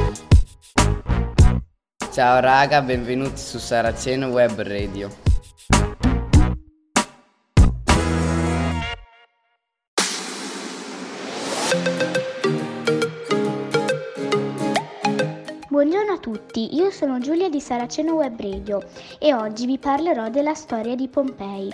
Ciao raga, benvenuti su Saraceno Web Radio. Buongiorno a tutti, io sono Giulia di Saraceno Web Radio e oggi vi parlerò della storia di Pompei.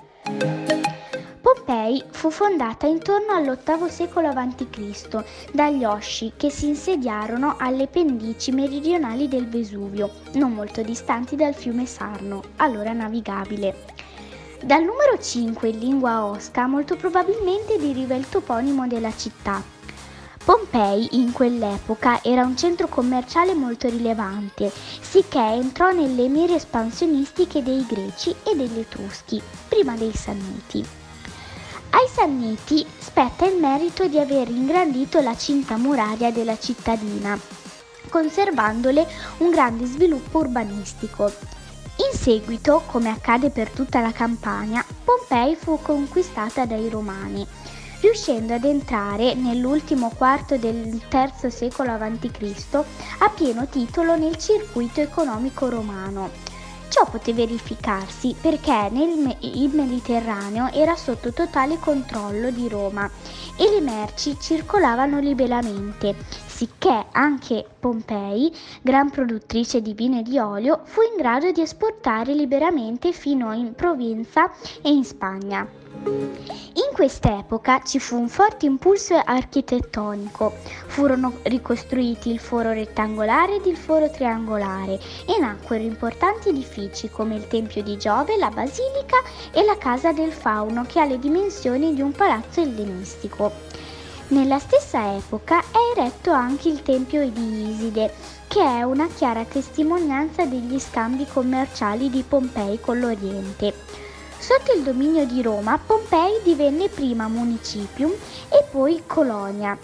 Pompei fu fondata intorno all'VIII secolo a.C. dagli Osci che si insediarono alle pendici meridionali del Vesuvio, non molto distanti dal fiume Sarno, allora navigabile. Dal numero 5 in lingua osca molto probabilmente deriva il toponimo della città. Pompei in quell'epoca era un centro commerciale molto rilevante, sicché entrò nelle mire espansionistiche dei Greci e degli Etruschi, prima dei Sanniti. Ai Sanniti spetta il merito di aver ingrandito la cinta muraria della cittadina, conservandole un grande sviluppo urbanistico. In seguito, come accade per tutta la Campania, Pompei fu conquistata dai Romani, riuscendo ad entrare nell'ultimo quarto del III secolo a.C. a pieno titolo nel circuito economico romano. Ciò poté verificarsi perché il Mediterraneo era sotto totale controllo di Roma e le merci circolavano liberamente, sicché anche Pompei, gran produttrice di vino e di olio, fu in grado di esportare liberamente fino in Provenza e in Spagna. In quest'epoca ci fu un forte impulso architettonico, furono ricostruiti il foro rettangolare ed il foro triangolare e nacquero importanti edifici come il Tempio di Giove, la Basilica e la Casa del Fauno che ha le dimensioni di un palazzo ellenistico. Nella stessa epoca è eretto anche il Tempio di Iside, che è una chiara testimonianza degli scambi commerciali di Pompei con l'Oriente. Sotto il dominio di Roma, Pompei divenne prima municipium e poi colonia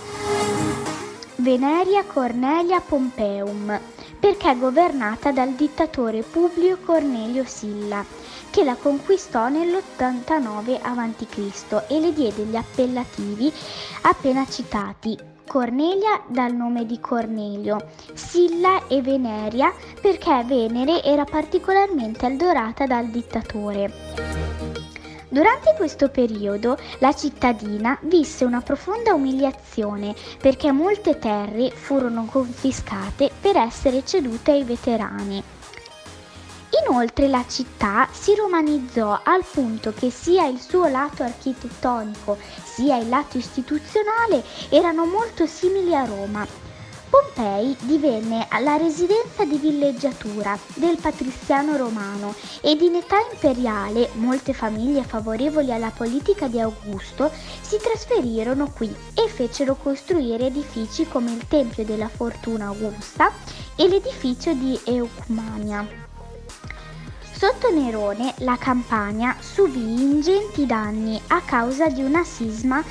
Veneria Cornelia Pompeum, perché governata dal dittatore Publio Cornelio Silla, che la conquistò nell'89 a.C. e le diede gli appellativi appena citati: Cornelia dal nome di Cornelio, Silla e Veneria perché Venere era particolarmente adorata dal dittatore. Durante questo periodo la cittadina visse una profonda umiliazione perché molte terre furono confiscate per essere cedute ai veterani. Inoltre la città si romanizzò al punto che sia il suo lato architettonico sia il lato istituzionale erano molto simili a Roma. Pompei divenne la residenza di villeggiatura del patriziano romano ed in età imperiale molte famiglie favorevoli alla politica di Augusto si trasferirono qui e fecero costruire edifici come il Tempio della Fortuna Augusta e l'edificio di Eucmania. Sotto Nerone la Campania subì ingenti danni a causa di una scisma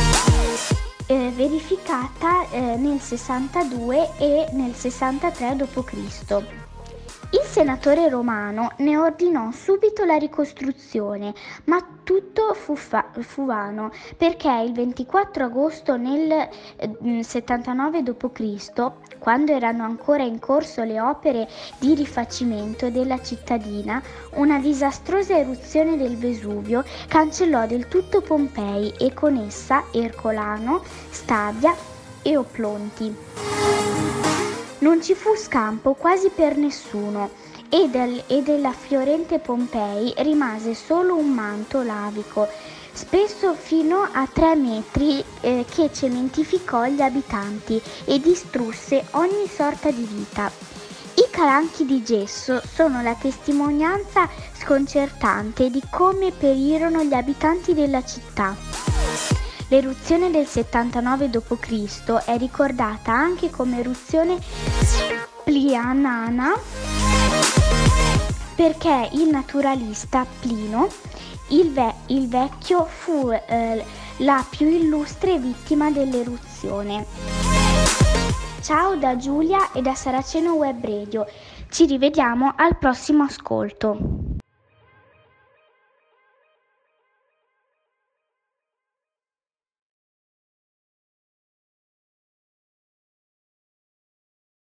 verificata nel 62 e nel 63 d.C. Il senatore romano ne ordinò subito la ricostruzione, ma tutto fu vano, perché il 24 agosto nel 79 d.C., quando erano ancora in corso le opere di rifacimento della cittadina, una disastrosa eruzione del Vesuvio cancellò del tutto Pompei e con essa Ercolano, Stabia e Oplonti. Non ci fu scampo quasi per nessuno e della fiorente Pompei rimase solo un manto lavico, spesso fino a 3 metri, che cementificò gli abitanti e distrusse ogni sorta di vita. I calanchi di gesso sono la testimonianza sconcertante di come perirono gli abitanti della città. L'eruzione del 79 d.C. è ricordata anche come eruzione Plianana perché il naturalista Plino il Vecchio fu la più illustre vittima dell'eruzione. Ciao da Giulia e da Saraceno Web Radio, ci rivediamo al prossimo ascolto.